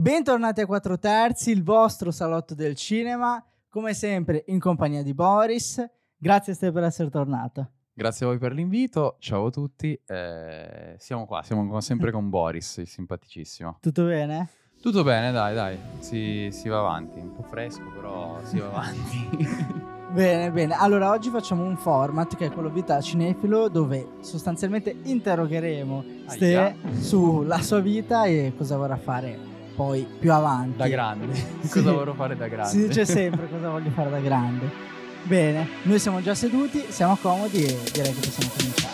Bentornati a 4 terzi, il vostro salotto del cinema, come sempre in compagnia di Boris. Grazie a te per essere tornato. Grazie a voi per l'invito, ciao a tutti, siamo qua, siamo come sempre con Boris, il simpaticissimo. Tutto bene? Tutto bene, dai, si va avanti, un po' fresco però si va avanti. Bene, allora oggi facciamo un format che è quello Vita Cinefilo, dove sostanzialmente interrogheremo Ste sulla sua vita e cosa vorrà fare poi più avanti. Da grande, Sì. Cosa vorrò fare da grande. Si dice sempre cosa voglio fare da grande. Bene, noi siamo già seduti, siamo comodi e direi che possiamo cominciare.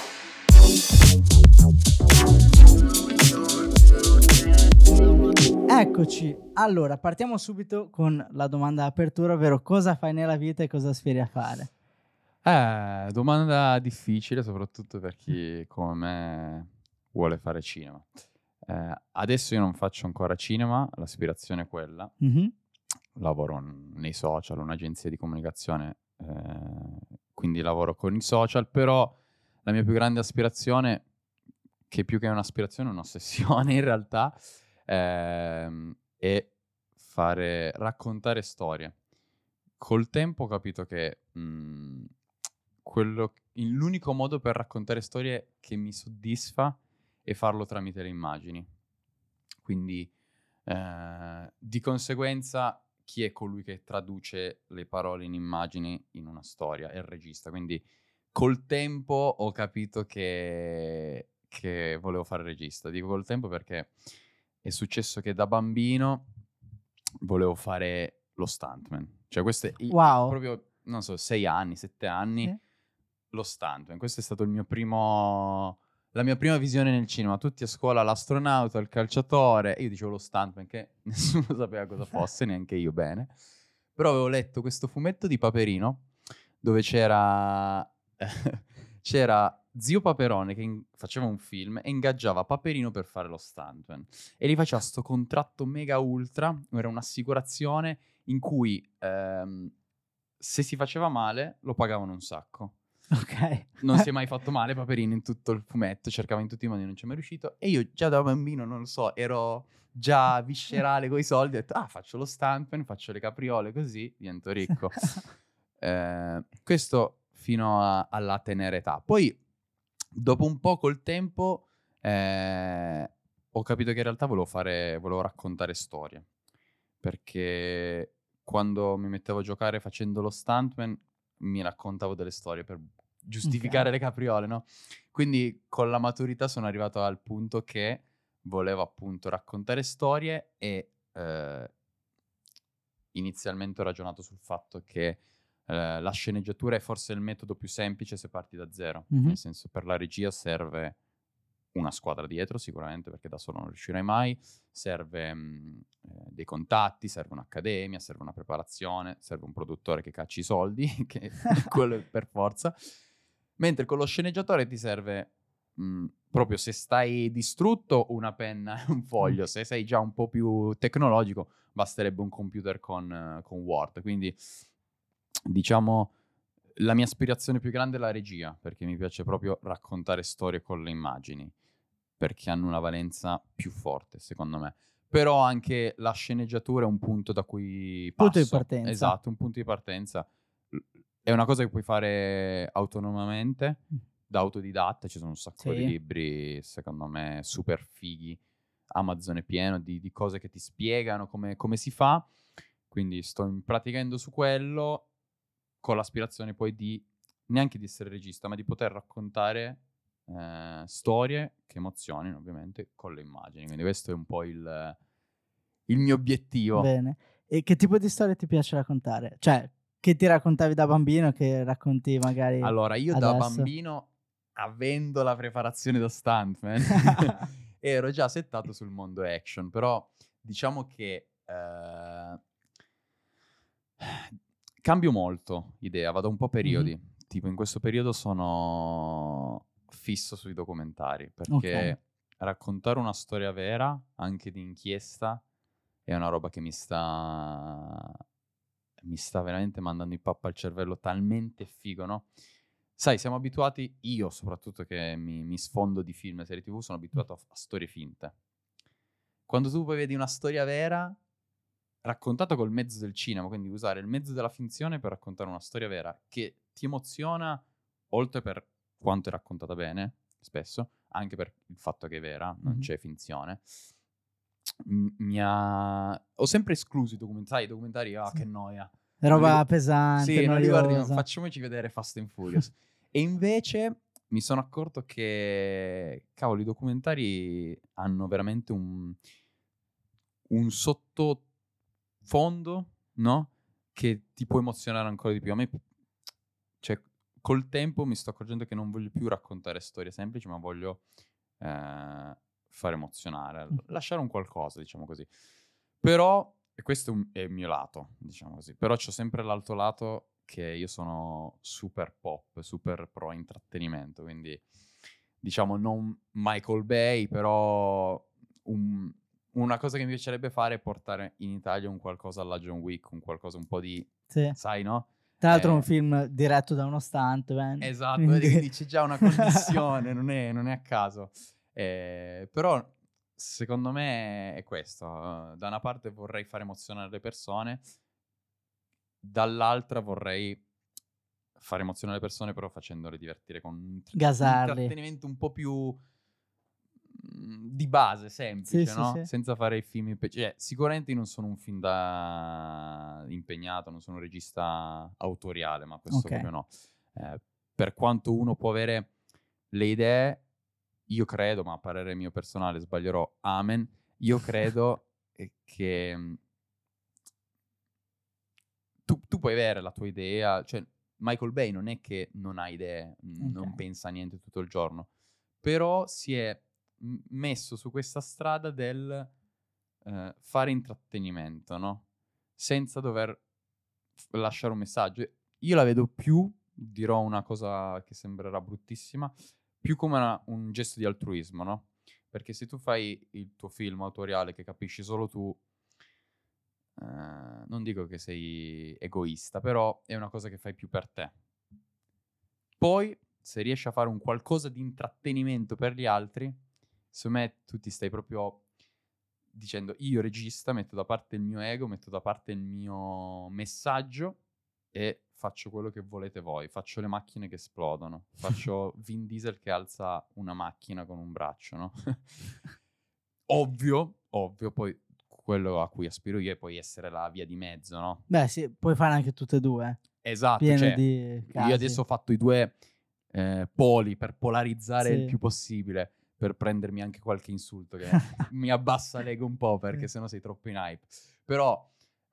Eccoci, allora partiamo subito con la domanda d'apertura, ovvero cosa fai nella vita e cosa aspiri a fare? Domanda difficile, soprattutto per chi come me vuole fare cinema. Adesso io non faccio ancora cinema, l'aspirazione è quella. Mhm. Lavoro nei social, un'agenzia di comunicazione, quindi lavoro con i social, però la mia più grande aspirazione, che più che un'aspirazione è un'ossessione in realtà, è raccontare storie. Col tempo ho capito che l'unico modo per raccontare storie che mi soddisfa è farlo tramite le immagini. Quindi di conseguenza chi è colui che traduce le parole in immagini in una storia? È il regista. Quindi col tempo ho capito che volevo fare il regista. Dico col tempo perché è successo che da bambino volevo fare lo stuntman. Cioè questo è Wow. proprio, non so, 6 anni, 7 anni, Sì. lo stuntman. Questo è stato la mia prima visione nel cinema. Tutti a scuola l'astronauta, il calciatore, e io dicevo lo stuntman, che nessuno sapeva cosa fosse, neanche io bene. Però avevo letto questo fumetto di Paperino, dove c'era Zio Paperone che faceva un film e ingaggiava Paperino per fare lo stuntman. E gli faceva sto contratto mega ultra, era un'assicurazione in cui se si faceva male lo pagavano un sacco. Ok. Non si è mai fatto male Paperino in tutto il fumetto, cercava in tutti i modi, non ci è mai riuscito. E io già da bambino, non lo so, ero già viscerale coi soldi, ho detto, faccio lo stuntman, faccio le capriole così, divento ricco. Questo fino alla tenera età. Poi, dopo un po' col tempo, ho capito che in realtà volevo raccontare storie. Perché quando mi mettevo a giocare facendo lo stuntman, mi raccontavo delle storie per giustificare le capriole, no? Quindi con la maturità sono arrivato al punto che volevo appunto raccontare storie e inizialmente ho ragionato sul fatto che la sceneggiatura è forse il metodo più semplice se parti da zero. Mhm. Nel senso, per la regia serve una squadra dietro sicuramente, perché da solo non riuscirai mai, serve dei contatti, serve un'accademia, serve una preparazione, serve un produttore che cacci i soldi, che quello è per forza. Mentre con lo sceneggiatore ti serve proprio, se stai distrutto, una penna e un foglio. Se sei già un po' più tecnologico, basterebbe un computer con Word. Quindi, diciamo, la mia aspirazione più grande è la regia, perché mi piace proprio raccontare storie con le immagini, perché hanno una valenza più forte, secondo me. Però anche la sceneggiatura è un punto da cui passo. Punto di partenza. Esatto, un punto di partenza. È una cosa che puoi fare autonomamente, da autodidatta. Ci sono un sacco di libri, secondo me, super fighi. Amazon è pieno di cose che ti spiegano come si fa. Quindi sto praticando su quello, con l'aspirazione poi neanche di essere regista, ma di poter raccontare storie che emozionino, ovviamente, con le immagini. Quindi questo è un po' il mio obiettivo. Bene. E che tipo di storie ti piace raccontare? Cioè, che ti raccontavi da bambino, che racconti magari Allora, io adesso? da bambino, avendo la preparazione da stuntman, ero già settato sul mondo action, però diciamo che cambio molto idea, vado un po' a periodi. Tipo in questo periodo sono fisso sui documentari, perché raccontare una storia vera, anche di inchiesta, è una roba che mi sta veramente mandando in pappa al cervello, talmente figo, no? Sai, siamo abituati, io soprattutto che mi sfondo di film e serie TV, sono abituato a storie finte. quando tu poi vedi una storia vera raccontata col mezzo del cinema, quindi usare il mezzo della finzione per raccontare una storia vera che ti emoziona, oltre per quanto è raccontata bene, spesso, anche per il fatto che è vera, non c'è finzione. Ho sempre escluso i documentari, Sì. che noia. Roba pesante, Sì, non li guardiamo, noiosa. facciamoci vedere Fast and Furious. E invece mi sono accorto che, cavolo, i documentari hanno veramente un sottofondo, no? Che ti può emozionare ancora di più. A me, cioè, col tempo mi sto accorgendo che non voglio più raccontare storie semplici, ma voglio far emozionare, lasciare un qualcosa, diciamo così. Però, e questo è il mio lato, diciamo così, però c'ho sempre l'altro lato che io sono super pop, super pro intrattenimento, quindi diciamo non Michael Bay, però una cosa che mi piacerebbe fare è portare in Italia un qualcosa alla John Wick, un qualcosa un po' di, Sì. sai, no? Tra l'altro è un film diretto da uno stuntman. Esatto, quindi c'è già una connessione, non è a caso. Però secondo me è questo. Da una parte vorrei far emozionare le persone, dall'altra vorrei far emozionare le persone però facendole divertire con un Gasarli. intrattenimento un po' più di base, semplice, Sì, no? sì. Senza fare i film... Cioè, sicuramente io non sono un film da impegnato, non sono un regista autoriale, ma questo proprio no. Per quanto uno può avere le idee, io credo, ma a parere mio personale sbaglierò, amen, io credo che tu puoi avere la tua idea, cioè Michael Bay non è che non ha idee, non pensa a niente tutto il giorno, però si è messo su questa strada del fare intrattenimento, no? Senza dover lasciare un messaggio. Io la vedo più, dirò una cosa che sembrerà bruttissima, più come un gesto di altruismo, no? Perché se tu fai il tuo film autoriale che capisci solo tu, non dico che sei egoista, però è una cosa che fai più per te. Poi, se riesci a fare un qualcosa di intrattenimento per gli altri, secondo me tu ti stai proprio dicendo io regista metto da parte il mio ego, metto da parte il mio messaggio e faccio quello che volete voi, faccio le macchine che esplodono, faccio Vin Diesel che alza una macchina con un braccio, no? Ovvio, poi quello a cui aspiro io è poi essere la via di mezzo, no? Beh sì, puoi fare anche tutte e due. Esatto, Pieno cioè di casi. io adesso ho fatto i due poli per polarizzare il Sì. più possibile, per prendermi anche qualche insulto che mi abbassa l'ego un po' perché sennò sei troppo in hype. Però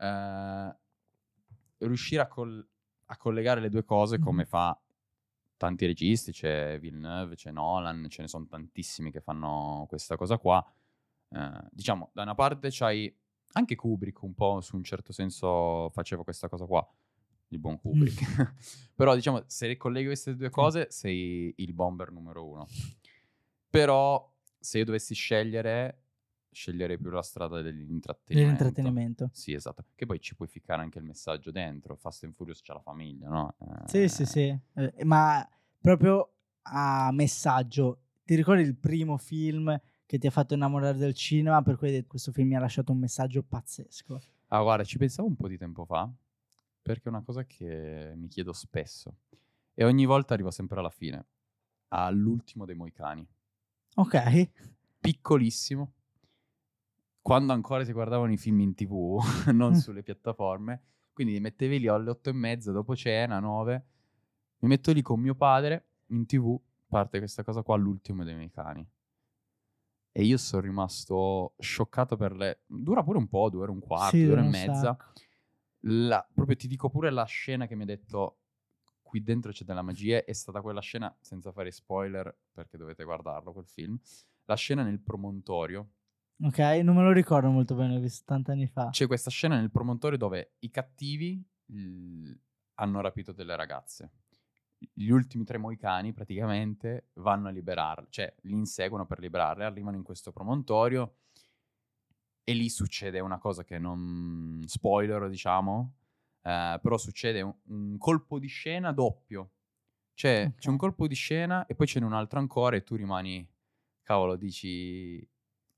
riuscire a collegare le due cose come fa tanti registi, c'è Villeneuve, c'è Nolan, ce ne sono tantissimi che fanno questa cosa qua. Diciamo, da una parte c'hai anche Kubrick un po', su un certo senso faceva questa cosa qua, il buon Kubrick. Però diciamo, se colleghi queste due cose sei il bomber numero uno. Però se io dovessi sceglierei più la strada Dell'intrattenimento. Sì, esatto. Che poi ci puoi ficcare anche il messaggio dentro. Fast and Furious c'ha la famiglia, no? Sì. Ma proprio a messaggio, ti ricordi il primo film che ti ha fatto innamorare del cinema, per cui hai detto questo film mi ha lasciato un messaggio pazzesco? Ah, guarda, ci pensavo un po' di tempo fa, perché è una cosa che mi chiedo spesso. E ogni volta arrivo sempre alla fine, all'ultimo dei Moicani. Ok. Piccolissimo. Quando ancora si guardavano i film in TV, non sulle piattaforme. Quindi mi mettevi lì alle 8:30, dopo cena, 9. Mi metto lì con mio padre, in TV, parte questa cosa qua, l'ultimo dei Moicani. E io sono rimasto scioccato per le... Dura pure un po', 2 ore e un quarto, Sì, 2 ore e un mezza. sacco. Proprio ti dico pure la scena che mi ha detto qui dentro c'è della magia, è stata quella scena, senza fare spoiler, perché dovete guardarlo quel film, la scena nel promontorio. Ok, non me lo ricordo molto bene, l'ho visto tanti anni fa. C'è questa scena nel promontorio dove i cattivi hanno rapito delle ragazze. Gli ultimi 3 moicani praticamente vanno a liberarle, cioè li inseguono per liberarle, arrivano in questo promontorio e lì succede una cosa che non spoiler, diciamo, però succede un colpo di scena doppio. Cioè, c'è un colpo di scena e poi ce n'è un altro ancora e tu rimani, cavolo, dici...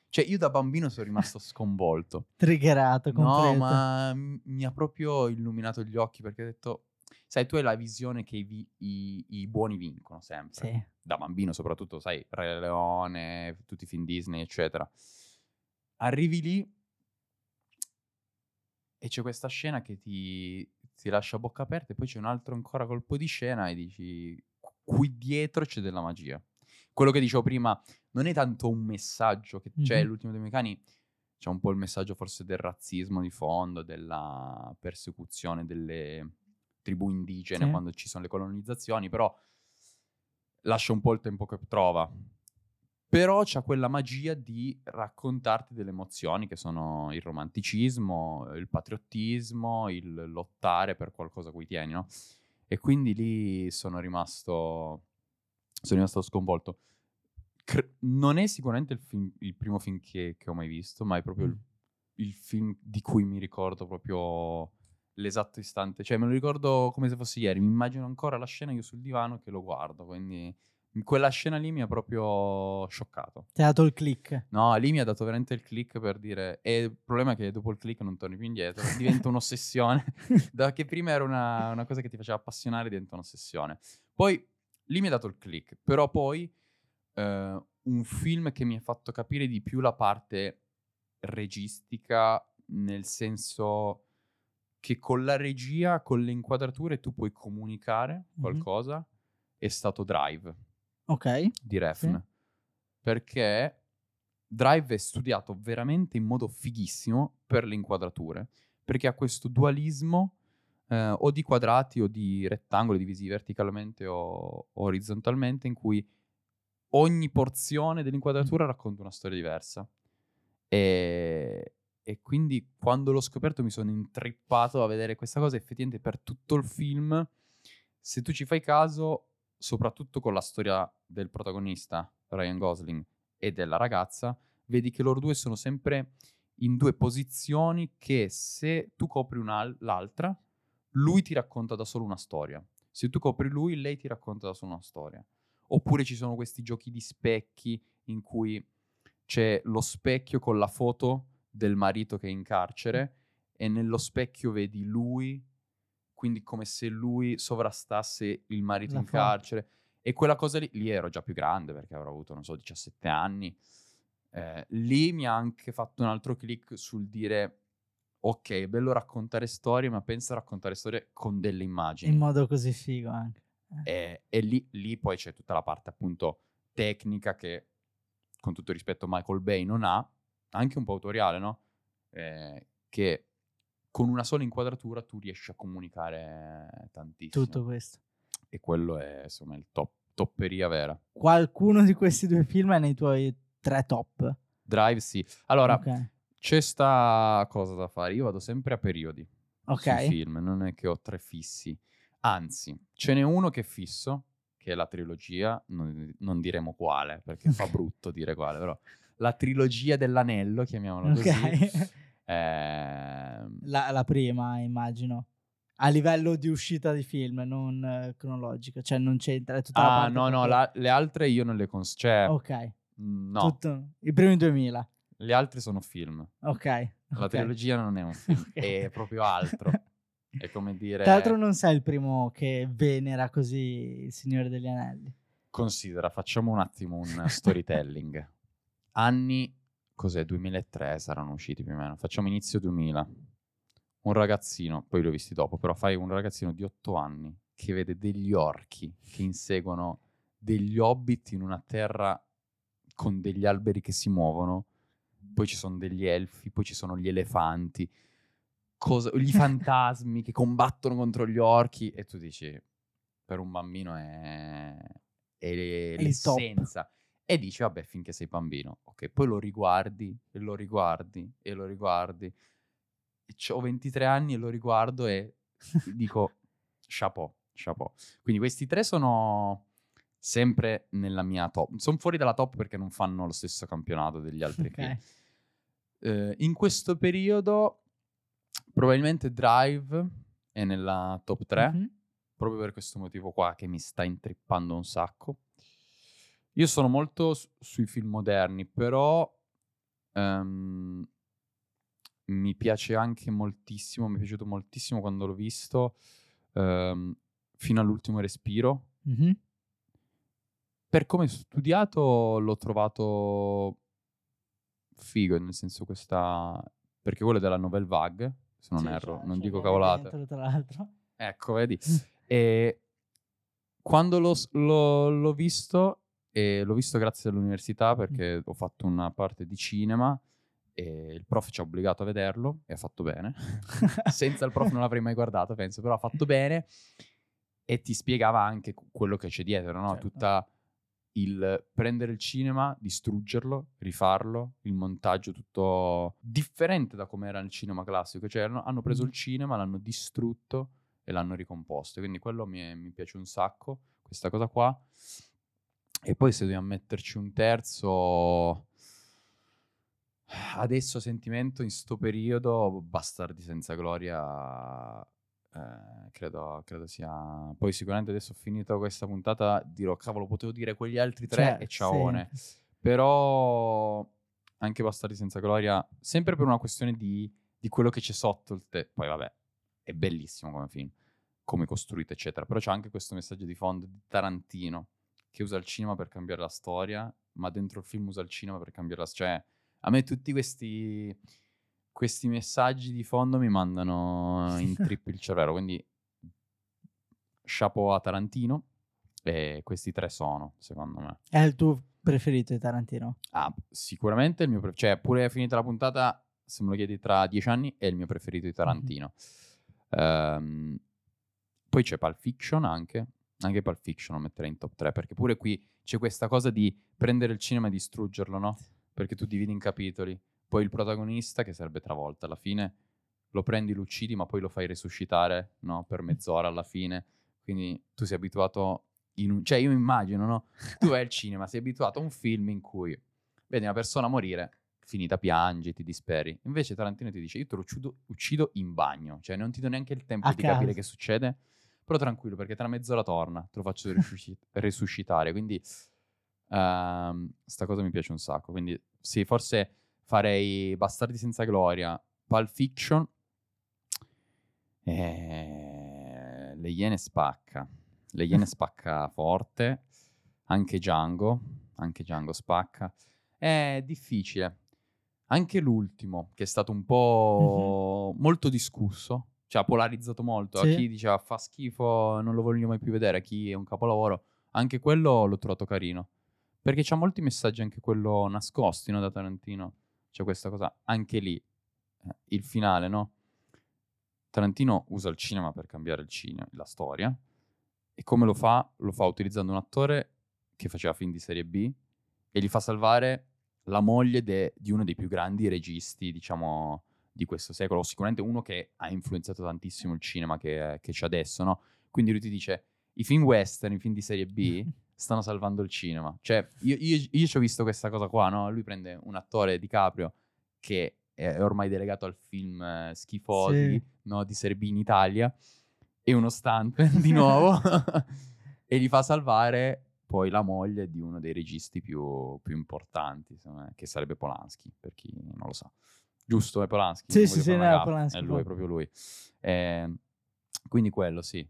Cioè, io da bambino sono rimasto sconvolto. Triggerato, No, completo. ma mi ha proprio illuminato gli occhi perché ho detto, sai, tu hai la visione che i buoni vincono sempre. Sì. Da bambino soprattutto, sai, Re Leone, tutti i film Disney, eccetera. Arrivi lì e c'è questa scena che ti lascia a bocca aperta e poi c'è un altro ancora colpo di scena e dici, qui dietro c'è della magia. Quello che dicevo prima non è tanto un messaggio che c'è, Mhm. l'ultimo dei Meccani c'è un po' il messaggio forse del razzismo di fondo, della persecuzione delle tribù indigene Sì. quando ci sono le colonizzazioni, però lascia un po' il tempo che trova. Però c'ha quella magia di raccontarti delle emozioni che sono il romanticismo, il patriottismo, il lottare per qualcosa a cui tieni, no? E quindi lì sono rimasto sconvolto. Non è sicuramente il primo film che ho mai visto, ma è proprio il film di cui mi ricordo proprio l'esatto istante. Cioè, me lo ricordo come se fosse ieri. Mi immagino ancora la scena io sul divano che lo guardo. Quindi quella scena lì mi ha proprio scioccato. Ti ha dato il click. No, lì mi ha dato veramente il click per dire... E il problema è che dopo il click non torni più indietro. Diventa un'ossessione. Da che prima era una cosa che ti faceva appassionare, diventa un'ossessione. Poi, lì mi ha dato il click. Però poi, un film che mi ha fatto capire di più la parte registica, nel senso che con la regia, con le inquadrature, tu puoi comunicare qualcosa, è stato Drive Ok. di Refn. Sì. Perché Drive è studiato veramente in modo fighissimo per le inquadrature, perché ha questo dualismo o di quadrati o di rettangoli divisi verticalmente o orizzontalmente, in cui ogni porzione dell'inquadratura racconta una storia diversa. E quindi quando l'ho scoperto mi sono intrippato a vedere questa cosa. Effettivamente per tutto il film, se tu ci fai caso, soprattutto con la storia del protagonista, Ryan Gosling, e della ragazza, vedi che loro due sono sempre in due posizioni che se tu copri l'altra, lui ti racconta da solo una storia. Se tu copri lui, lei ti racconta da solo una storia. Oppure ci sono questi giochi di specchi in cui c'è lo specchio con la foto del marito che è in carcere e nello specchio vedi lui, quindi come se lui sovrastasse il marito La in foto. carcere. E quella cosa lì ero già più grande perché avrò avuto, non so, 17 anni. Lì mi ha anche fatto un altro click sul dire, ok, è bello raccontare storie, ma pensa a raccontare storie con delle immagini. In modo così figo anche. E lì poi c'è tutta la parte appunto tecnica che, con tutto il rispetto, Michael Bay non ha, anche un po' autoriale, no? Che con una sola inquadratura tu riesci a comunicare tantissimo. Tutto questo. E quello è, insomma, il topperia vera. Qualcuno di questi due film è nei tuoi 3 top? Drive, sì. Allora, Ok. c'è sta cosa da fare. Io vado sempre a periodi sui Ok. film, non è che ho 3 fissi. Anzi, ce n'è uno che è fisso, che è la trilogia, non diremo quale, perché fa brutto dire quale, però la trilogia dell'anello, chiamiamola così. Ok. Ehm, La prima, immagino. A livello di uscita di film, non cronologico. Cioè non c'entra, è tutta la parte no, proprio... le altre io non le cioè, Ok. no, Tutto... I primi 2000. le altre sono film. Ok. La Ok. trilogia non è un film, Ok. è proprio altro. È come Tra l'altro dire, non sei il primo che venera così il Signore degli Anelli. considera, facciamo un attimo un storytelling. Anni, cos'è, 2003 saranno usciti più o meno. Facciamo inizio 2000. Un ragazzino, poi li ho visti dopo, però fai un ragazzino di 8 anni che vede degli orchi che inseguono degli hobbit in una terra con degli alberi che si muovono, poi ci sono degli elfi, poi ci sono gli elefanti, gli fantasmi che combattono contro gli orchi, e tu dici, per un bambino è il top. l'essenza. E dici, vabbè, finché sei bambino. Ok, poi lo riguardi, e lo riguardi, e lo riguardi. E ho 23 anni e lo riguardo e dico, chapeau, chapeau. Quindi questi 3 sono sempre nella mia top. Sono fuori dalla top perché non fanno lo stesso campionato degli altri film. In questo periodo probabilmente Drive è nella top 3, proprio per questo motivo qua che mi sta intrippando un sacco. Io sono molto sui film moderni, però Mi piace anche moltissimo, mi è piaciuto moltissimo quando l'ho visto, fino all'ultimo respiro. Mhm. Per come è studiato l'ho trovato figo, nel senso perché quello è della Nouvelle Vague, se non Sì, erro, non c'è dico Viene cavolate. dentro, tra l'altro. Ecco, vedi? E quando l'ho visto, e l'ho visto grazie all'università perché ho fatto una parte di cinema e il prof ci ha obbligato a vederlo e ha fatto bene. Senza il prof non l'avrei mai guardato, penso, però ha fatto bene e ti spiegava anche quello che c'è dietro, no? Certo. Tutta il prendere il cinema, distruggerlo, rifarlo, il montaggio tutto differente da come era il cinema classico. Cioè hanno preso il cinema, l'hanno distrutto e l'hanno ricomposto. Quindi quello mi piace un sacco, questa cosa qua. E poi se dobbiamo metterci un terzo, adesso sentimento in sto periodo, Bastardi senza gloria, credo sia... Poi sicuramente adesso ho finito questa puntata, dirò, cavolo, potevo dire quegli altri tre e ciaone. Sì. Però anche Bastardi senza gloria, sempre per una questione di quello che c'è sotto il poi vabbè, è bellissimo come film, come costruito, eccetera. Però c'è anche questo messaggio di fondo di Tarantino, che usa il cinema per cambiare la storia, ma dentro il film usa il cinema per cambiare la storia. Cioè, a me tutti questi messaggi di fondo mi mandano in trip il cervello, quindi chapeau a Tarantino, e questi tre sono, secondo me. È il tuo preferito di Tarantino? Sicuramente il mio cioè pure finita la puntata, se me lo chiedi tra 10 anni, è il mio preferito di Tarantino. Poi c'è Pulp Fiction anche Pulp Fiction lo metterei in top 3, perché pure qui c'è questa cosa di prendere il cinema e distruggerlo, no? Perché tu dividi in capitoli. Poi il protagonista, che sarebbe Travolta, alla fine lo prendi, lo uccidi, ma poi lo fai resuscitare, no? Per mezz'ora alla fine. Quindi tu sei abituato cioè io mi immagino, no? Tu vai al cinema, sei abituato a un film in cui vedi una persona morire, finita, piangi, ti disperi. Invece Tarantino ti dice, io te lo uccido in bagno. Cioè non ti do neanche il tempo A di capire caso. che succede. Però tranquillo, perché tra mezz'ora torna, te lo faccio resuscitare. Quindi sta cosa mi piace un sacco. Quindi sì, forse farei Bastardi senza gloria, Pulp Fiction, Le Iene spacca. Le Iene spacca forte, anche Django spacca. È difficile. Anche l'ultimo, che è stato un po' molto discusso, cioè ha polarizzato molto. A Sì. chi diceva fa schifo, non lo voglio mai più vedere, a chi è un capolavoro. Anche quello l'ho trovato carino, perché c'ha molti messaggi anche quello nascosti, no, da Tarantino. C'è questa cosa, anche lì, il finale, no? Tarantino usa il cinema per cambiare il cinema, la storia, e come lo fa? Lo fa utilizzando un attore che faceva film di serie B e gli fa salvare la moglie di uno dei più grandi registi, diciamo, di questo secolo, sicuramente uno che ha influenzato tantissimo il cinema che c'è adesso, no? Quindi lui ti dice, i film western, i film di serie B stanno salvando il cinema. Cioè, io ci ho visto questa cosa qua, no? Lui prende un attore, DiCaprio, che è ormai delegato al film schifosi, Sì. no, di serie B in Italia, e uno stunt di nuovo, e gli fa salvare poi la moglie di uno dei registi più importanti, secondo me, che sarebbe Polanski, per chi non lo sa. Giusto, è Polanski? Sì, Non sì, voglio sì, fare una no, gaffa. Polanski, È lui, è proprio lui. Quindi quello, sì.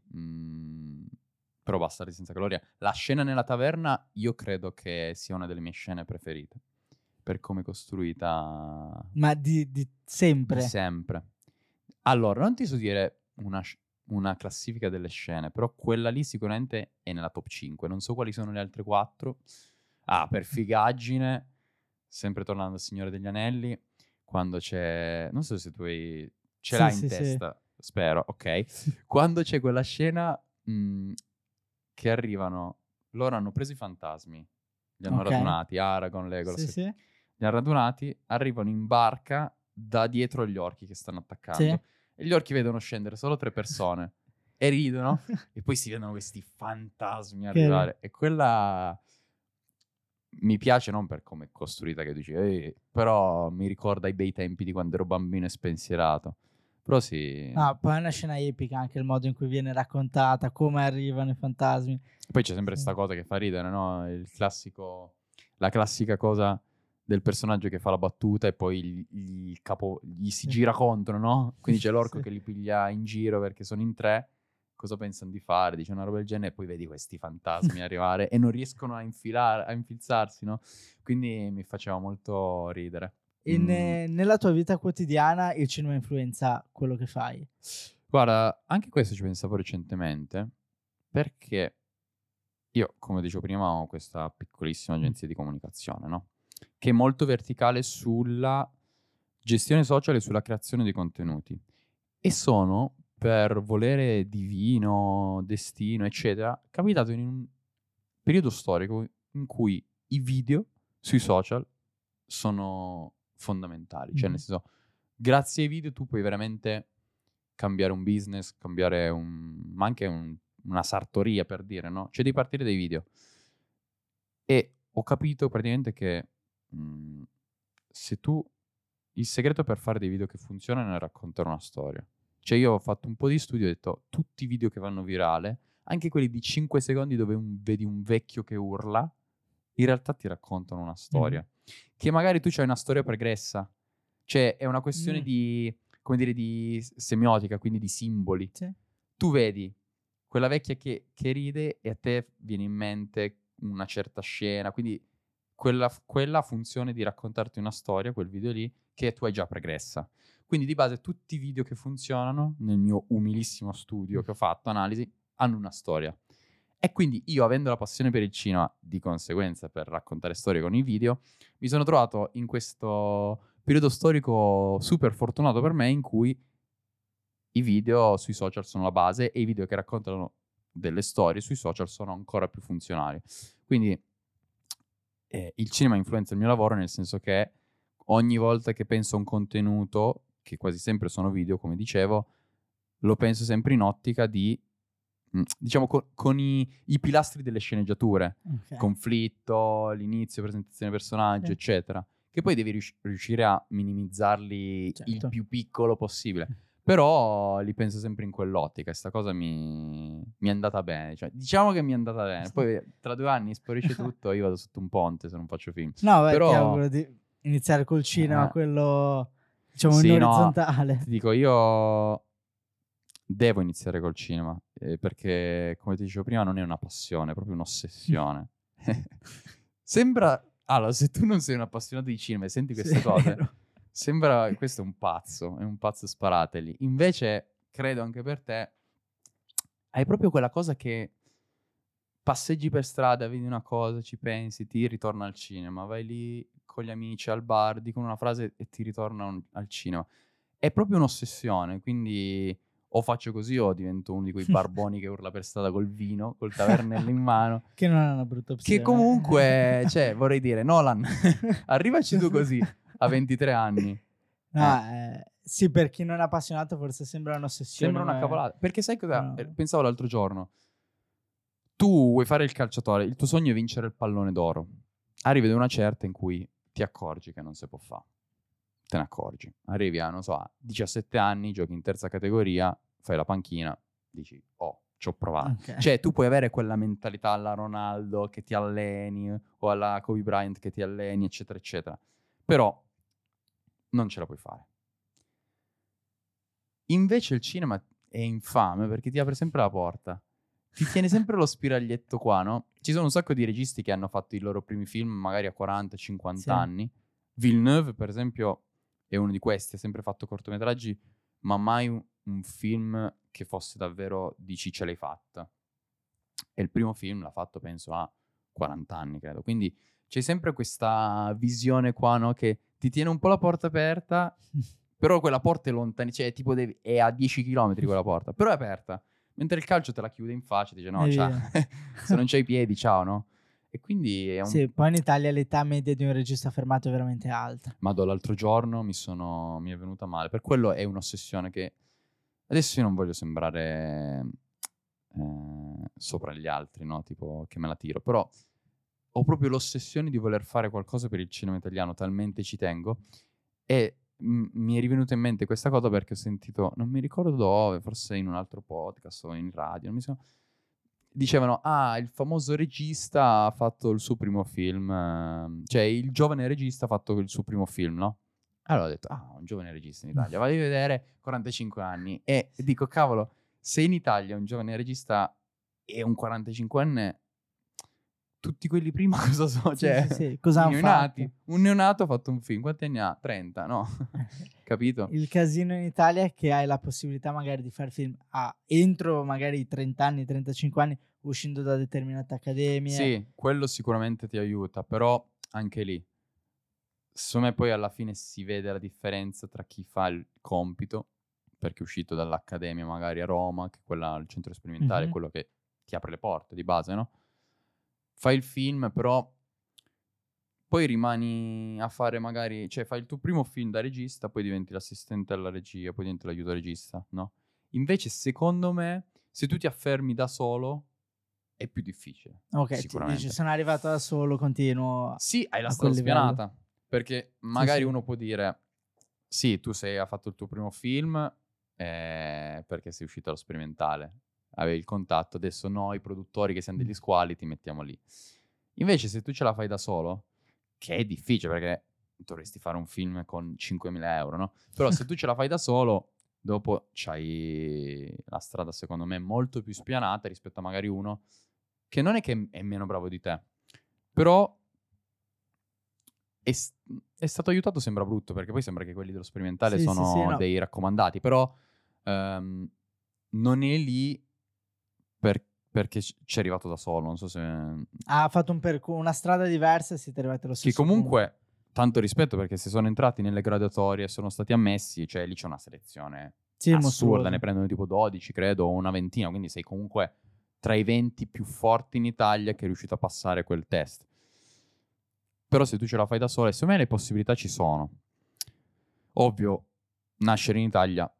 Però Bastardi senza gloria. La scena nella taverna, io credo che sia una delle mie scene preferite, per come è costruita. Ma di sempre. Di sempre. Allora, non ti so dire una classifica delle scene, però quella lì sicuramente è nella top 5. Non so quali sono le altre 4. Per figaggine, sempre tornando al Signore degli Anelli, quando c'è... Non so se tu ce Sì, l'hai in sì, sì. testa, spero, ok. Quando c'è quella scena che arrivano, loro hanno preso i fantasmi, li hanno Ok. radunati, Aragorn, Legolas, Sì, sì. li hanno radunati, arrivano in barca da dietro gli orchi che stanno attaccando, Sì. e gli orchi vedono scendere solo 3 persone e ridono, e poi si vedono questi fantasmi arrivare, e quella mi piace non per come è costruita, che dici, però mi ricorda i bei tempi di quando ero bambino e spensierato. Però sì. No, poi è una scena epica anche il modo in cui viene raccontata, come arrivano i fantasmi. Poi c'è sempre Sì. questa cosa che fa ridere, no? La classica cosa del personaggio che fa la battuta e poi il capo gli si gira contro, no? Quindi c'è l'orco Sì. che li piglia in giro perché sono in 3. Cosa pensano di fare? Dice una roba del genere e poi vedi questi fantasmi arrivare e non riescono a infilzarsi, no? Quindi mi faceva molto ridere. Nella tua vita quotidiana il cinema influenza quello che fai? Guarda, anche questo ci pensavo recentemente, perché io, come dicevo prima, ho questa piccolissima agenzia di comunicazione, no? Che è molto verticale sulla gestione social e sulla creazione di contenuti. E sono, per volere divino, destino, eccetera, capitato in un periodo storico in cui i video sui social sono fondamentali. Cioè, nel senso, grazie ai video tu puoi veramente cambiare un business, cambiare ma anche una sartoria, per dire, no? Cioè, devi partire dai video. E ho capito praticamente che se tu... Il segreto per fare dei video che funzionano è raccontare una storia. Cioè io ho fatto un po' di studio e ho detto tutti i video che vanno virale, anche quelli di 5 secondi dove vedi un vecchio che urla, in realtà ti raccontano una storia. Che magari tu c'hai una storia pregressa. Cioè è una questione di, come dire, di semiotica, quindi di simboli. Sì. Tu vedi quella vecchia che ride e a te viene in mente una certa scena, quindi quella funzione di raccontarti una storia, quel video lì, che tu hai già pregressa. Quindi di base tutti i video che funzionano, nel mio umilissimo studio che ho fatto, analisi, hanno una storia. E quindi io, avendo la passione per il cinema, di conseguenza per raccontare storie con i video, mi sono trovato in questo periodo storico super fortunato per me in cui i video sui social sono la base e i video che raccontano delle storie sui social sono ancora più funzionali. Quindi il cinema influenza il mio lavoro, nel senso che ogni volta che penso a un contenuto, che quasi sempre sono video, come dicevo, lo penso sempre in ottica di, diciamo, con i pilastri delle sceneggiature. Okay. Conflitto, l'inizio, presentazione personaggio, Sì. eccetera. Che poi devi riuscire a minimizzarli il Certo. più piccolo possibile. Però li penso sempre in quell'ottica e sta cosa mi è andata bene. Cioè, diciamo che mi è andata bene. Poi tra 2 anni sparisce tutto, io vado sotto un ponte se non faccio film. No, beh, ti Però, auguro di iniziare col cinema, quello diciamo in sì, no, orizzontale. ti dico, io devo iniziare col cinema, perché, come ti dicevo prima, non è una passione, è proprio un'ossessione. Sembra... Allora, se tu non sei un appassionato di cinema e senti queste Sì, cose... vero. Sembra questo è un pazzo sparateli. Invece, credo anche per te, hai proprio quella cosa che passeggi per strada, vedi una cosa, ci pensi, ti ritorna al cinema, vai lì con gli amici al bar, dicono una frase e ti ritorna al cinema. È proprio un'ossessione, quindi o faccio così o divento uno di quei barboni che urla per strada col vino, col tavernello in mano. Che non è una brutta Che opzione. comunque, cioè, vorrei dire, Nolan, arrivaci tu così, a 23 anni. No, sì, per chi non è appassionato forse sembra un'ossessione, Sembra una ma cavolata. Perché sai cosa? no. Pensavo l'altro giorno. Tu vuoi fare il calciatore, il tuo sogno è vincere il pallone d'oro. Arrivi ad una certa in cui ti accorgi che non si può fare. Te ne accorgi. Arrivi a, non so, a 17 anni, giochi in terza categoria, fai la panchina, dici, oh, ci ho provato. Okay. Cioè, tu puoi avere quella mentalità alla Ronaldo che ti alleni, o alla Kobe Bryant che ti alleni, eccetera, eccetera. Però non ce la puoi fare. Invece il cinema è infame perché ti apre sempre la porta. Ti tiene sempre lo spiraglietto qua, no? Ci sono un sacco di registi che hanno fatto i loro primi film magari a 40-50 Sì. anni. Villeneuve, per esempio, è uno di questi, ha sempre fatto cortometraggi, ma mai un film che fosse davvero dici ce l'hai fatta. E il primo film l'ha fatto, penso, a 40 anni, credo. Quindi c'è sempre questa visione qua, no? Che ti tiene un po' la porta aperta, però quella porta è lontana, cioè tipo è a 10 km quella porta, però è aperta. Mentre il calcio te la chiude in faccia, dice no, È ciao. vero. Se non c'hai i piedi, ciao, no? E quindi è un... Sì, poi in Italia l'età media di un regista fermato è veramente alta. Madò, l'altro giorno mi è venuta male. Per quello è un'ossessione che... Adesso io non voglio sembrare sopra gli altri, no? Tipo che me la tiro. Però ho proprio l'ossessione di voler fare qualcosa per il cinema italiano, talmente ci tengo. E mi è rivenuta in mente questa cosa perché ho sentito, non mi ricordo dove, forse in un altro podcast o in radio, non mi so, dicevano, il famoso regista ha fatto il suo primo film, cioè il giovane regista ha fatto il suo primo film, no? Allora ho detto, un giovane regista in Italia, vai a vedere, 45 anni. E dico, cavolo, se in Italia un giovane regista è un 45enne, tutti quelli prima cosa sono? Sì, Cioè, sì. Cosa i hanno neonati. fatto? Un neonato ha fatto un film, quanti anni ha? 30, no? Capito? Il casino in Italia è che hai la possibilità magari di fare film entro magari i 30 anni, 35 anni, uscendo da determinate accademie. Sì, quello sicuramente ti aiuta, però anche lì, secondo me poi alla fine si vede la differenza tra chi fa il compito, perché è uscito dall'accademia magari a Roma, che è quella il centro sperimentale, Mhm. quello che ti apre le porte di base, no? Fai il film, però poi rimani a fare magari, cioè fai il tuo primo film da regista, poi diventi l'assistente alla regia, poi diventi l'aiuto regista, no? Invece, secondo me, se tu ti affermi da solo, è più difficile, Ok, dici, sicuramente. sono arrivato da solo, continuo Sì, hai la a strada quel livello. spianata, perché Sì, magari sì. uno può dire, sì, tu hai fatto il tuo primo film perché sei uscito allo sperimentale, avevi il contatto, adesso noi produttori che siamo degli squali ti mettiamo lì. Invece se tu ce la fai da solo, che è difficile perché dovresti fare un film con 5.000 euro, no? Però se tu ce la fai da solo, dopo c'hai la strada secondo me molto più spianata rispetto a magari uno che non è che è meno bravo di te, però è stato aiutato, sembra brutto, perché poi sembra che quelli dello sperimentale Sì, sì, sì, sono no. dei raccomandati, però non è lì perché c'è arrivato da solo, non so se... Ha fatto una strada diversa e siete arrivati allo Che stesso punto. comunque, tanto rispetto, perché se sono entrati nelle graduatorie e sono stati ammessi, cioè lì c'è una selezione Sì, assurda, mostruoso. ne prendono tipo 12, credo, o una ventina, quindi sei comunque tra i 20 più forti in Italia che è riuscito a passare quel test. Però se tu ce la fai da sola, secondo me le possibilità ci sono. Ovvio, nascere in Italia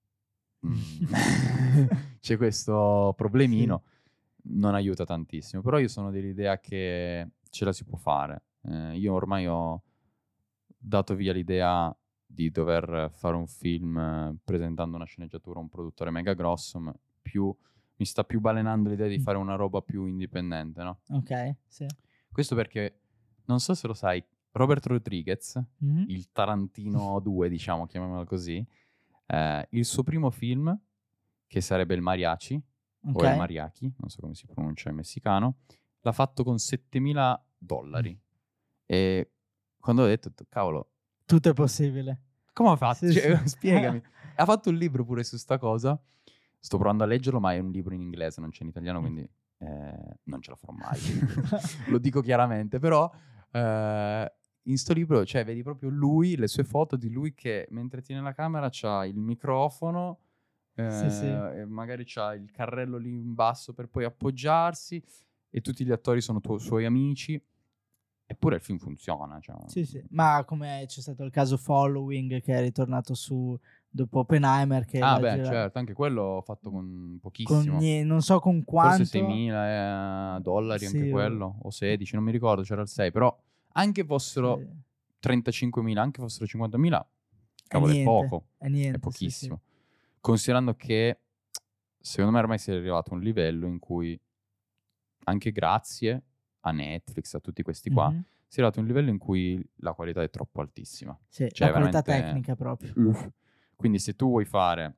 c'è questo problemino, non aiuta tantissimo, però io sono dell'idea che ce la si può fare. Io ormai ho dato via l'idea di dover fare un film presentando una sceneggiatura a un produttore mega grosso, ma mi sta più balenando l'idea di fare una roba più indipendente, no? Ok, sì. Questo perché, non so se lo sai, Robert Rodriguez, Mhm. il Tarantino 2, diciamo, chiamiamolo così, il suo primo film, che sarebbe il Mariachi, Ok. o il Mariachi, non so come si pronuncia in messicano, l'ha fatto con $7.000. E quando ho detto, cavolo, Tutto è possibile. come ha fatto? Sì, Cioè, sì. spiegami. Ha fatto un libro pure su sta cosa. Sto provando a leggerlo, ma è un libro in inglese, non c'è in italiano, quindi non ce la farò mai. Lo dico chiaramente, però in sto libro, cioè, vedi proprio lui, le sue foto di lui che mentre tiene la camera c'ha il microfono, Sì, sì. e magari c'ha il carrello lì in basso per poi appoggiarsi, e tutti gli attori sono suoi amici. Eppure il film funziona. Cioè, Sì, sì. Ma come c'è stato il caso Following che è ritornato su dopo Oppenheimer che l'ha beh, girato certo, anche quello fatto con con pochissimo. non so con Forse quanto. $6.000 anche Sì, quello, o 16, non mi ricordo, c'era il 6, però anche fossero sì. 35.000, anche fossero 50.000, È cavolo, niente, è è niente, sì, sì. pochissimo. Considerando che, secondo me ormai si è arrivato a un livello in cui, anche grazie a Netflix, a tutti questi qua, Mhm. si è arrivato a un livello in cui la qualità è troppo altissima. Sì, la Cioè, qualità veramente... tecnica proprio. Quindi se tu vuoi fare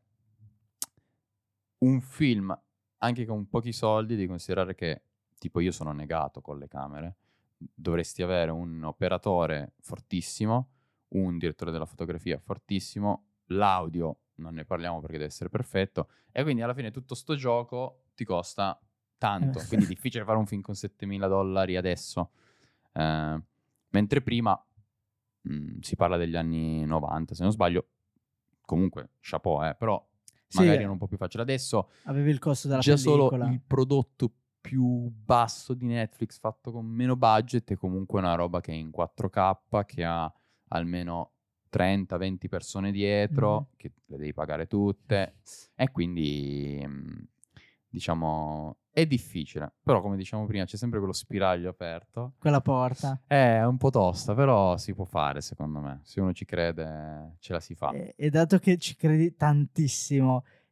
un film anche con pochi soldi, devi considerare che, tipo, io sono negato con le camere, dovresti avere un operatore fortissimo, un direttore della fotografia fortissimo, l'audio non ne parliamo perché deve essere perfetto, e quindi alla fine tutto sto gioco ti costa tanto, quindi è difficile fare un film con $7.000 adesso. Mentre prima si parla degli anni 90, se non sbaglio, comunque chapeau, però Sì, magari era un po' più facile. Adesso avevi il costo della già solo pellicola. il prodotto più basso di Netflix fatto con meno budget è comunque una roba che è in 4K, che ha almeno 30-20 persone dietro, che le devi pagare tutte, e quindi diciamo è difficile, però come diciamo prima c'è sempre quello spiraglio aperto. Quella porta. È un po' tosta, però si può fare secondo me, se uno ci crede ce la si fa. E dato che ci credi tantissimo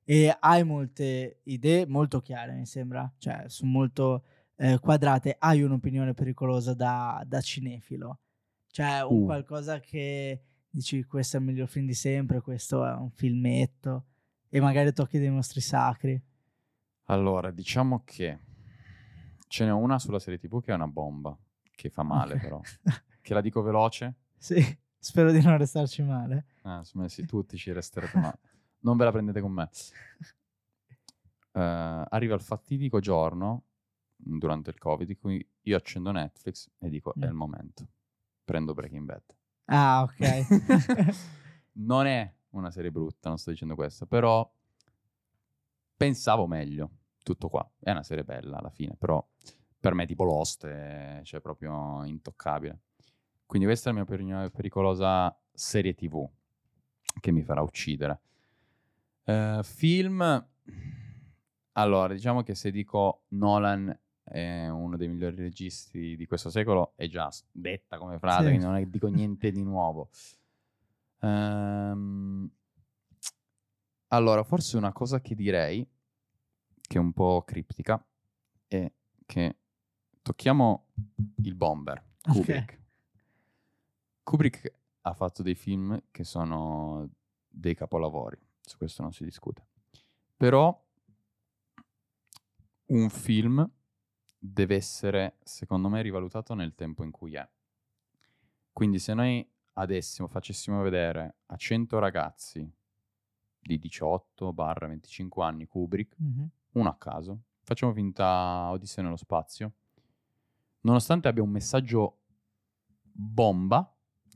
e hai molte idee molto chiare, mi sembra, cioè sono molto quadrate. Hai un'opinione pericolosa da cinefilo, cioè un qualcosa che dici questo è il miglior film di sempre, questo è un filmetto, e magari tocchi dei mostri sacri. Allora, diciamo che ce n'è una sulla serie TV che è una bomba, che fa male però. Che la dico veloce? Sì, spero di non restarci male. Insomma, sì, tutti ci resterete male. Non ve la prendete con me. Arriva il fatidico giorno, durante il Covid, in cui io accendo Netflix e dico, è il momento. Prendo Breaking Bad. Ah, ok. Non è una serie brutta, non sto dicendo questo, però pensavo meglio. Tutto qua. È una serie bella alla fine, però per me tipo Lost è cioè, proprio intoccabile. Quindi questa è la mia opinione pericolosa serie TV che mi farà uccidere. Film... Allora, diciamo che se dico Nolan è uno dei migliori registi di questo secolo, è già detta come frase, Sì. quindi non dico niente di nuovo. Allora, forse una cosa che direi, che è un po' criptica, è che tocchiamo il bomber, Kubrick. Ok. Kubrick ha fatto dei film che sono dei capolavori, su questo non si discute. Però un film deve essere, secondo me, rivalutato nel tempo in cui è. Quindi se noi adesso facessimo vedere a 100 ragazzi di 18-25 anni Kubrick, uno a caso, facciamo finta Odissea nello spazio, nonostante abbia un messaggio bomba,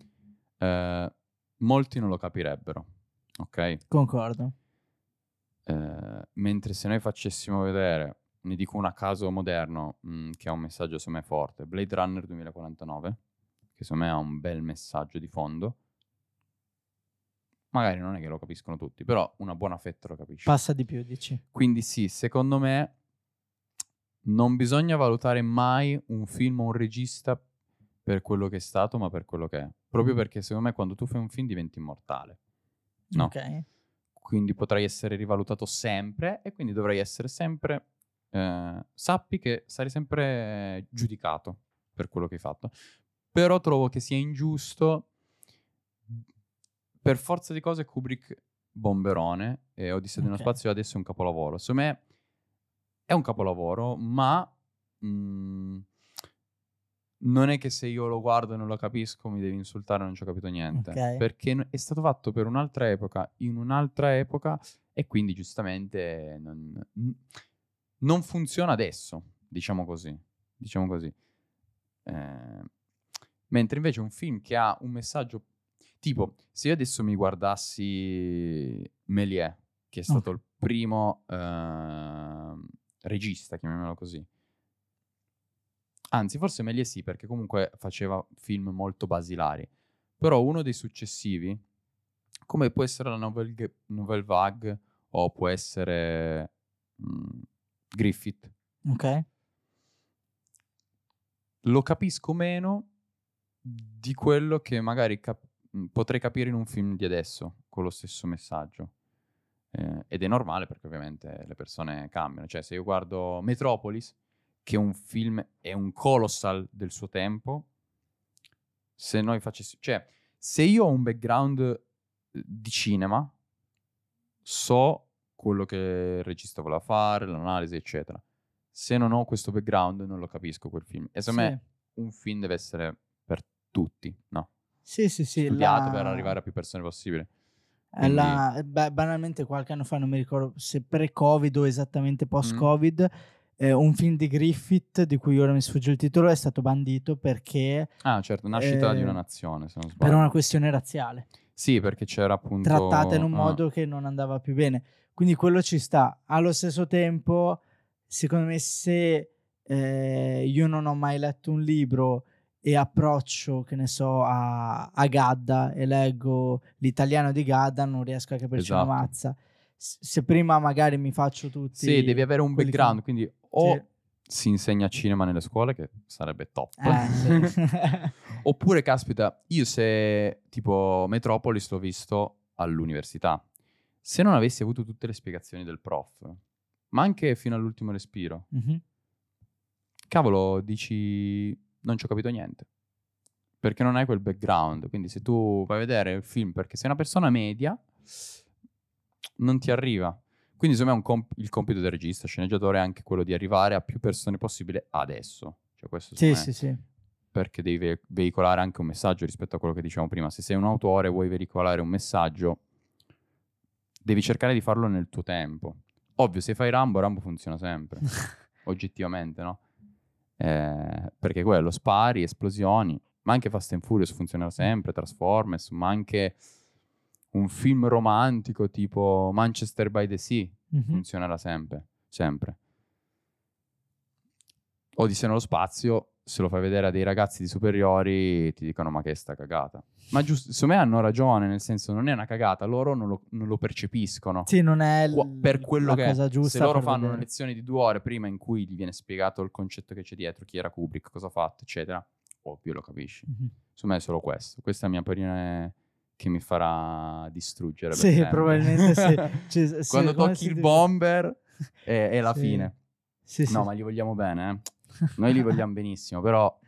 molti non lo capirebbero, ok? Concordo. Mentre se noi facessimo vedere, ne dico uno a caso moderno, che ha un messaggio secondo me forte, Blade Runner 2049, che secondo me ha un bel messaggio di fondo, magari non è che lo capiscono tutti, però una buona fetta lo capisce. Passa di più, dici. Quindi sì, secondo me non bisogna valutare mai un film o un regista per quello che è stato, ma per quello che è. Proprio perché secondo me quando tu fai un film diventi immortale. No? Ok. Quindi potrai essere rivalutato sempre e quindi dovrai essere sempre... sappi che sarai sempre giudicato per quello che hai fatto. Però trovo che sia ingiusto, per forza di cose, Kubrick bomberone e Odissea nello spazio adesso è un capolavoro. Secondo me è un capolavoro, ma non è che se io lo guardo e non lo capisco mi devi insultare, non ci ho capito niente. Perché è stato fatto per un'altra epoca, in un'altra epoca, e quindi giustamente non funziona adesso, diciamo così. Mentre invece un film che ha un messaggio, tipo, se io adesso mi guardassi Méliès, che è stato il primo regista, chiamiamolo così. Anzi, forse Méliès sì, perché comunque faceva film molto basilari. Però uno dei successivi, come può essere la Nouvelle Vague, o può essere Griffith. Ok. Lo capisco meno di quello che magari potrei capire in un film di adesso, con lo stesso messaggio. Ed è normale perché ovviamente le persone cambiano. Cioè, se io guardo Metropolis, che è un film, è un colossal del suo tempo, se noi facessimo... Cioè, se io ho un background di cinema, so quello che il regista voleva fare, l'analisi, eccetera. Se non ho questo background, non lo capisco quel film. E secondo me un film deve essere per tutti, no? Sì. Studiato per arrivare a più persone possibile. Quindi... banalmente qualche anno fa, non mi ricordo se pre-Covid o esattamente post-Covid, un film di Griffith, di cui ora mi sfugge il titolo, è stato bandito perché... Ah, certo, Nascita di una nazione, se non sbaglio. Per una questione razziale. Sì, perché c'era appunto... Trattata in un modo che non andava più bene. Quindi quello ci sta. Allo stesso tempo, secondo me, se io non ho mai letto un libro e approccio, che ne so, a Gadda e leggo l'italiano di Gadda, non riesco a capirci una mazza. Se prima magari mi faccio tutti... Sì, devi avere un background, quindi o si insegna cinema nelle scuole, che sarebbe top. Oppure, caspita, io se tipo Metropolis l'ho visto all'università. se non avessi avuto tutte le spiegazioni del prof, ma anche fino all'ultimo respiro, cavolo, dici, non ci ho capito niente. Perché non hai quel background. Quindi se tu vai a vedere il film perché sei una persona media, non ti arriva. Quindi secondo me il compito del regista, sceneggiatore, è anche quello di arrivare a più persone possibile adesso. Cioè questo Sì, secondo me, sì. perché devi veicolare anche un messaggio rispetto a quello che dicevamo prima. Se sei un autore e vuoi veicolare un messaggio, devi cercare di farlo nel tuo tempo. Ovvio, se fai Rambo funziona sempre. Oggettivamente, no? Perché quello, spari, esplosioni, ma anche Fast and Furious funziona sempre, Transformers, ma anche un film romantico tipo Manchester by the Sea funzionerà sempre. Odissea nello spazio, se lo fai vedere a dei ragazzi di superiori, ti dicono ma che è sta cagata. Ma giusto, secondo me hanno ragione, nel senso non è una cagata, loro non lo percepiscono. Sì, non è Per quello la che cosa è. giusta. Se loro per fanno vedere. una lezione di 2 ore prima in cui gli viene spiegato il concetto che c'è dietro, chi era Kubrick, cosa ha fatto, eccetera, ovvio lo capisci. Secondo me è solo questo. Questa è la mia opinione che mi farà distruggere per Sì, sempre. probabilmente sì. Cioè, Quando tocchi il bomber è la Sì. fine. Sì, No, sì. ma li vogliamo bene, eh. Noi li vogliamo benissimo, però...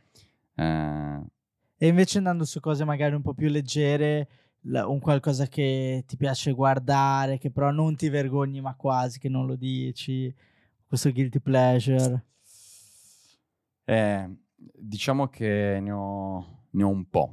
E invece andando su cose magari un po' più leggere, un qualcosa che ti piace guardare, che però non ti vergogni ma quasi, che non lo dici, questo guilty pleasure. Diciamo che ne ho un po'.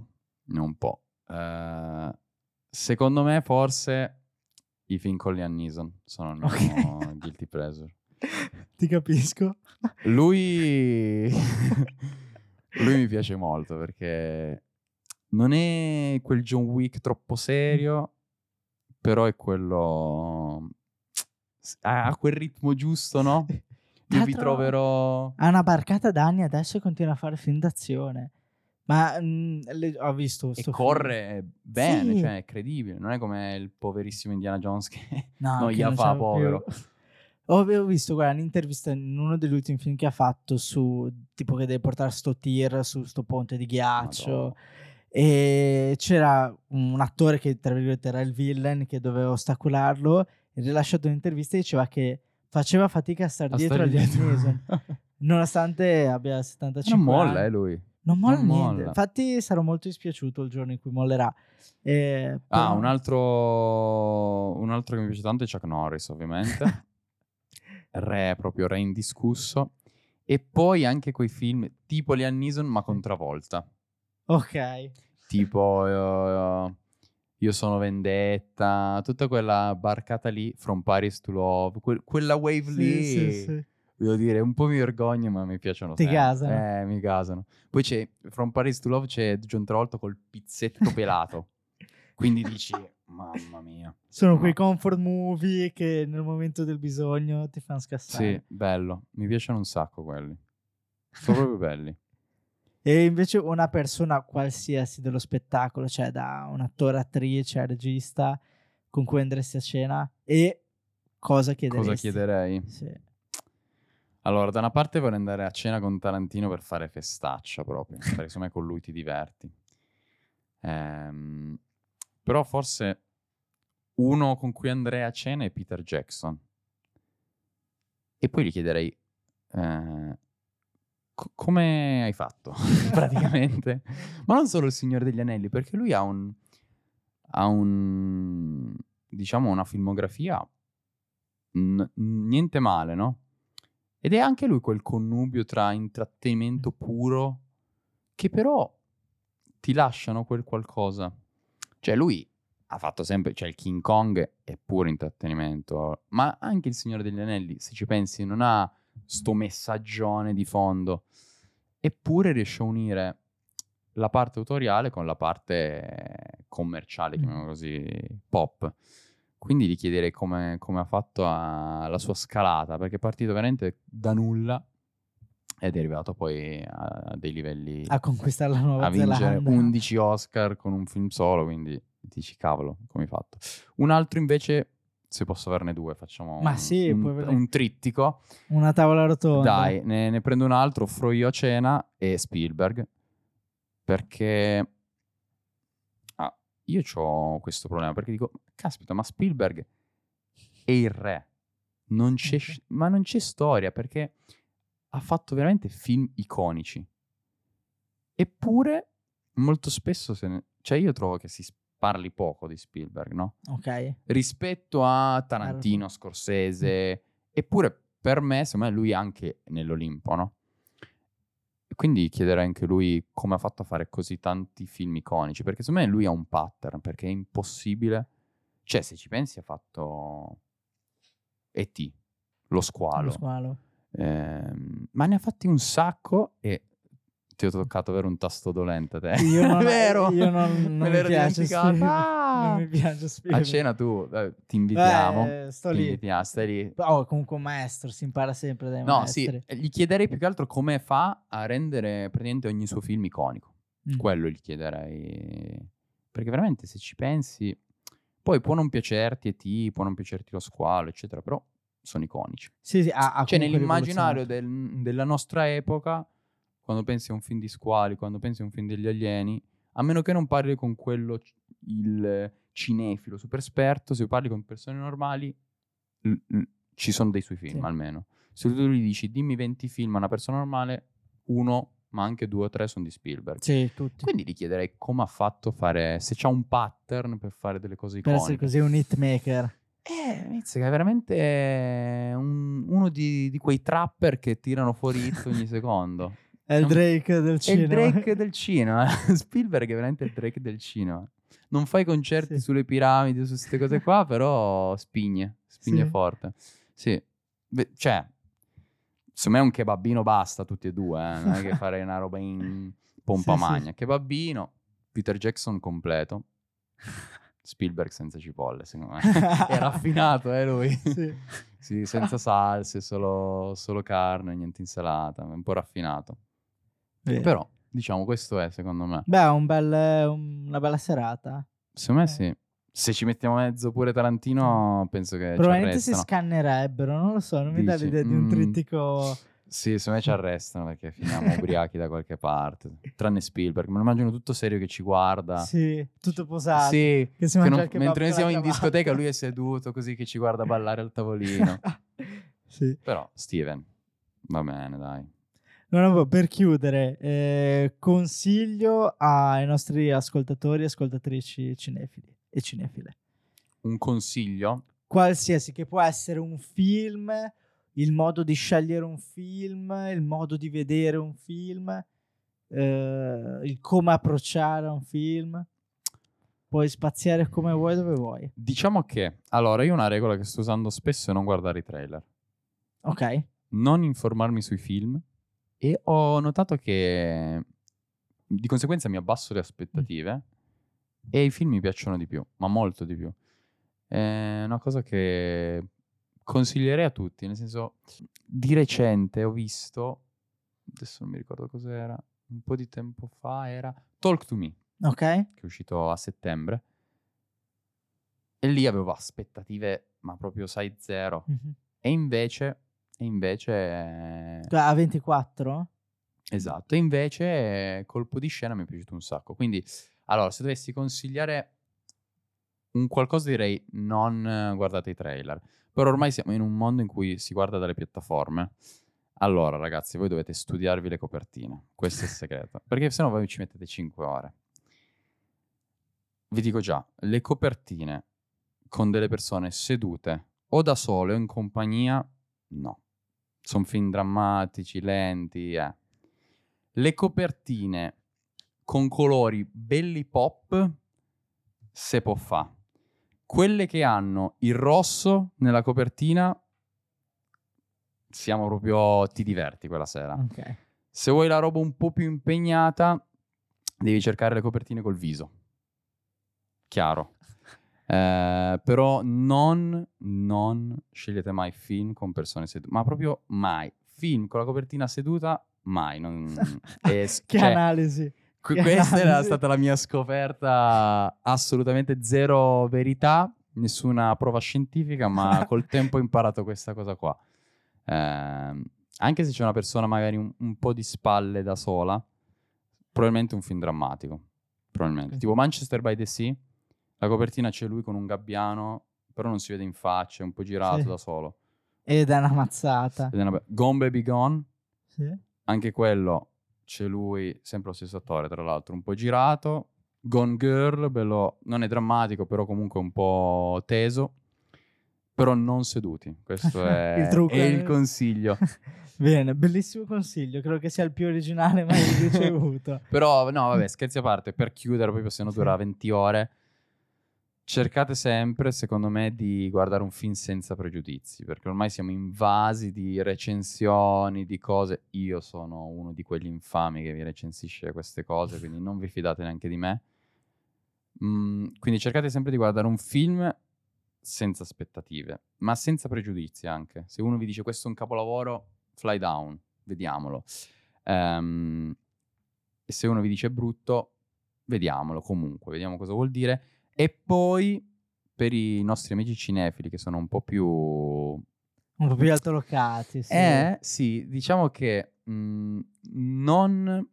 Secondo me forse i film con Liam Neeson sono il mio guilty pleasure. Ti capisco. Lui mi piace molto perché non è quel John Wick troppo serio, però è quello... ha quel ritmo giusto, no? Io vi troverò... Ha una barcata d'anni adesso e continua a fare film d'azione. Ma ho visto E sto corre film. bene, Sì. cioè è credibile. Non è come il poverissimo Indiana Jones che No, non che gli non fa, c'è più. povero. Avevo visto, guarda, un'intervista in uno degli ultimi film che ha fatto su tipo che deve portare sto tir su sto ponte di ghiaccio. Madonna. E c'era un attore che tra virgolette era il villain che doveva ostacolarlo e rilasciato un'intervista e diceva che faceva fatica a stare dietro a Liam Neeson nonostante abbia 75 Non molla, anni. lui. Non molla Non niente. molla. Infatti sarò molto dispiaciuto il giorno in cui mollerà. Però... Un altro che mi piace tanto è Chuck Norris, ovviamente. Proprio re indiscusso. E poi anche quei film tipo Liam Neeson ma con Travolta. Ok. Tipo Io sono Vendetta, tutta quella barcata lì, From Paris to Love, quella wave lì, Sì. devo dire, un po' mi vergogno, ma mi piacciono Ti sempre. gasano. Mi gasano. Poi c'è From Paris to Love, c'è John Travolta col pizzetto pelato. Quindi dici, mamma mia. Sono quei comfort movie che nel momento del bisogno ti fanno scassare. Sì, bello. Mi piacciono un sacco quelli. Sono proprio belli. E invece una persona qualsiasi dello spettacolo, cioè da un attore, attrice, regista, con cui andresti a cena e cosa chiederesti? Cosa chiederei? Sì. Allora, da una parte vorrei andare a cena con Tarantino per fare festaccia proprio, perché secondo me con lui ti diverti. Però forse uno con cui andrei a cena è Peter Jackson. E poi gli chiederei come hai fatto, praticamente. Ma non solo il Signore degli Anelli, perché lui ha diciamo, una filmografia niente male, no? Ed è anche lui quel connubio tra intrattenimento puro che però ti lasciano quel qualcosa. Cioè lui ha fatto sempre, cioè il King Kong è puro intrattenimento, ma anche il Signore degli Anelli, se ci pensi, non ha sto messaggione di fondo, eppure riesce a unire la parte autoriale con la parte commerciale, chiamiamola così, pop. Quindi gli chiederei come ha fatto la sua scalata, perché è partito veramente da nulla ed è arrivato poi a dei livelli... A conquistare la Nuova a vincere Zelanda. 11 Oscar con un film solo, quindi dici cavolo, come hai fatto? Un altro invece, se posso averne due, facciamo un trittico. Una tavola rotonda. Dai, ne prendo un altro, offro io a cena, e Spielberg, perché io ho questo problema, perché dico, caspita, ma Spielberg è il re. Ma non c'è storia, perché ha fatto veramente film iconici. Eppure, molto spesso cioè io trovo che si parli poco di Spielberg, no? Ok. Rispetto a Tarantino, Mm. Scorsese. Eppure, per me, secondo me, lui è anche nell'Olimpo, no? E quindi chiederei anche lui come ha fatto a fare così tanti film iconici, perché secondo me lui ha un pattern, perché è impossibile. Cioè, se ci pensi, ha fatto E.T., Lo Lo Squalo, squalo. ma ne ha fatti un sacco e ti ho toccato avere un tasto dolente te. Io È non, vero, non me mi l'ero piace dimenticato. Spielberg. Non Ah! mi piace A Spielberg. cena tu, ti invitiamo, Sto lì. stai lì. Oh, comunque un maestro, si impara sempre dai No, sì, maestri. gli chiederei più che altro come fa a rendere praticamente ogni suo film iconico. Mm. Quello gli chiederei. Perché veramente, se ci pensi, poi può non piacerti E.T., può non piacerti Lo Squalo, eccetera, però sono iconici. Sì, sì, ha Cioè, comunque nell'immaginario rivoluzionato. della nostra epoca, quando pensi a un film di squali, quando pensi a un film degli alieni, a meno che non parli con quello, il cinefilo super esperto, se parli con persone normali, ci sono dei suoi film, Sì. almeno. Se tu gli dici, dimmi 20 film a una persona normale, uno, ma anche 2 o 3 sono di Spielberg. Sì, tutti. Quindi gli chiederei come ha fatto a fare, se c'ha un pattern per fare delle cose Per essere iconiche. così un hitmaker. Inizia che è veramente uno di quei trapper che tirano fuori hit ogni secondo. È il Drake del È il cinema. Drake del cinema. Spielberg è veramente il Drake del cinema. Non fa i concerti Sì. sulle piramidi, su queste cose qua, però spigne Sì. forte. Sì. Cioè, secondo me un kebabino basta tutti e due, non è che fare una roba in pompa Sì, sì. magna. Kebabino, Peter Jackson completo. Spielberg senza cipolle, secondo me. È raffinato, lui. Sì. Sì, senza salse, solo carne, niente insalata, è un po' raffinato. Vero. Però, diciamo, questo è, secondo me. Beh, una bella serata. Secondo me sì. Se ci mettiamo mezzo pure Tarantino, penso che ci Probabilmente si arrestano. scannerebbero, non lo so, non mi dà Dici? l'idea di un trittico. Sì, secondo me ci arrestano perché finiamo ubriachi da qualche parte. Tranne Spielberg, me lo immagino tutto serio che ci guarda. Sì, tutto posato. Sì, Che si mangia non- il kebab mentre noi con la siamo in cravatta. discoteca lui è seduto così che ci guarda ballare al tavolino. Sì. Però, Steven, va bene, dai. Per chiudere, consiglio ai nostri ascoltatori e ascoltatrici cinefili e cinefile. Un consiglio? Qualsiasi, che può essere un film, il modo di scegliere un film, il modo di vedere un film, il come approcciare a un film. Puoi spaziare come vuoi, dove vuoi. Diciamo che, allora, io ho una regola che sto usando spesso è non guardare i trailer. Ok. Non informarmi sui film e ho notato che di conseguenza mi abbasso le aspettative e i film mi piacciono di più, ma molto di più. È una cosa che consiglierei a tutti, nel senso, di recente ho visto, adesso non mi ricordo cos'era, un po' di tempo fa era Talk to Me, Ok. che è uscito a settembre, e lì avevo aspettative, ma proprio sai zero. Mhm. E invece A 24? esatto, e invece colpo di scena mi è piaciuto un sacco. Quindi, allora, se dovessi consigliare un qualcosa direi non guardate i trailer. Però ormai siamo in un mondo in cui si guarda dalle piattaforme. Allora, ragazzi, voi dovete studiarvi le copertine. Questo è il segreto. Perché sennò voi ci mettete 5 ore. Vi dico già, le copertine con delle persone sedute o da sole o in compagnia, no. Sono film drammatici, lenti, Le copertine con colori belli pop, se può fa. Quelle che hanno il rosso nella copertina, siamo proprio, ti diverti quella sera. Ok. Se vuoi la roba un po' più impegnata, devi cercare le copertine col viso. Chiaro. Però non scegliete mai film con persone sedute, ma proprio mai. Film con la copertina seduta, mai. Che Cioè, analisi. Che questa era analisi. stata la mia scoperta, assolutamente zero verità, nessuna prova scientifica, ma col tempo ho imparato questa cosa qua. Anche se c'è una persona magari un po' di spalle da sola, probabilmente un film drammatico. Probabilmente. Tipo Manchester by the Sea, la copertina c'è lui con un gabbiano però non si vede in faccia, è un po' girato Sì. da solo. Ed è una mazzata. Gone Baby Gone, Sì. anche quello c'è lui, sempre lo stesso attore tra l'altro, un po' girato. Gone Girl, bello, non è drammatico, però comunque un po' teso, però non seduti. Questo Il è trucco il consiglio. Bene, bellissimo consiglio, credo che sia il più originale mai ricevuto. Però, no, vabbè, scherzi a parte, per chiudere, proprio se no dura 20 ore, cercate sempre, secondo me, di guardare un film senza pregiudizi, perché ormai siamo invasi di recensioni, di cose. Io sono uno di quegli infami che vi recensisce queste cose, quindi non vi fidate neanche di me. Quindi cercate sempre di guardare un film senza aspettative, ma senza pregiudizi anche. Se uno vi dice questo è un capolavoro, fly down, vediamolo. E se uno vi dice è brutto, vediamolo comunque, vediamo cosa vuol dire. E poi, per i nostri amici cinefili che sono un po' più altolocati, sì. sì, diciamo che non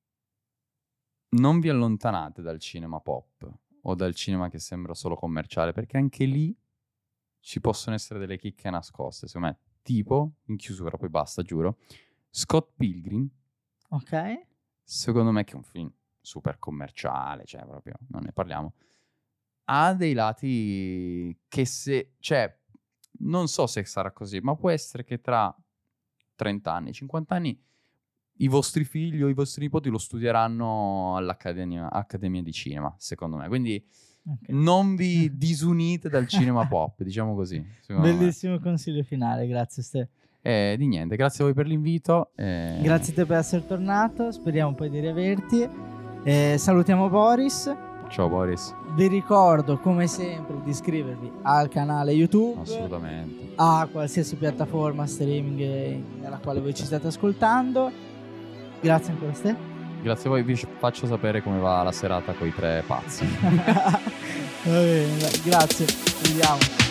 vi allontanate dal cinema pop o dal cinema che sembra solo commerciale, perché anche lì ci possono essere delle chicche nascoste, secondo me. Tipo, in chiusura, poi basta, giuro, Scott Pilgrim. Ok. Secondo me, che è un film super commerciale, cioè proprio non ne parliamo, ha dei lati che cioè, non so se sarà così, ma può essere che tra 30 anni, 50 anni, i vostri figli o i vostri nipoti lo studieranno all'Accademia di Cinema, secondo me. Quindi non vi disunite dal cinema pop, diciamo così. Bellissimo consiglio finale, grazie Ste. Di niente, grazie a voi per l'invito. Grazie a te per essere tornato, speriamo poi di riaverti. Salutiamo Boris. Ciao Boris. Vi ricordo come sempre di iscrivervi al canale YouTube. Assolutamente. A qualsiasi piattaforma streaming nella quale voi ci state ascoltando. Grazie ancora Ste. Grazie a voi, vi faccio sapere come va la serata con i 3 pazzi. Va bene, grazie, vediamo.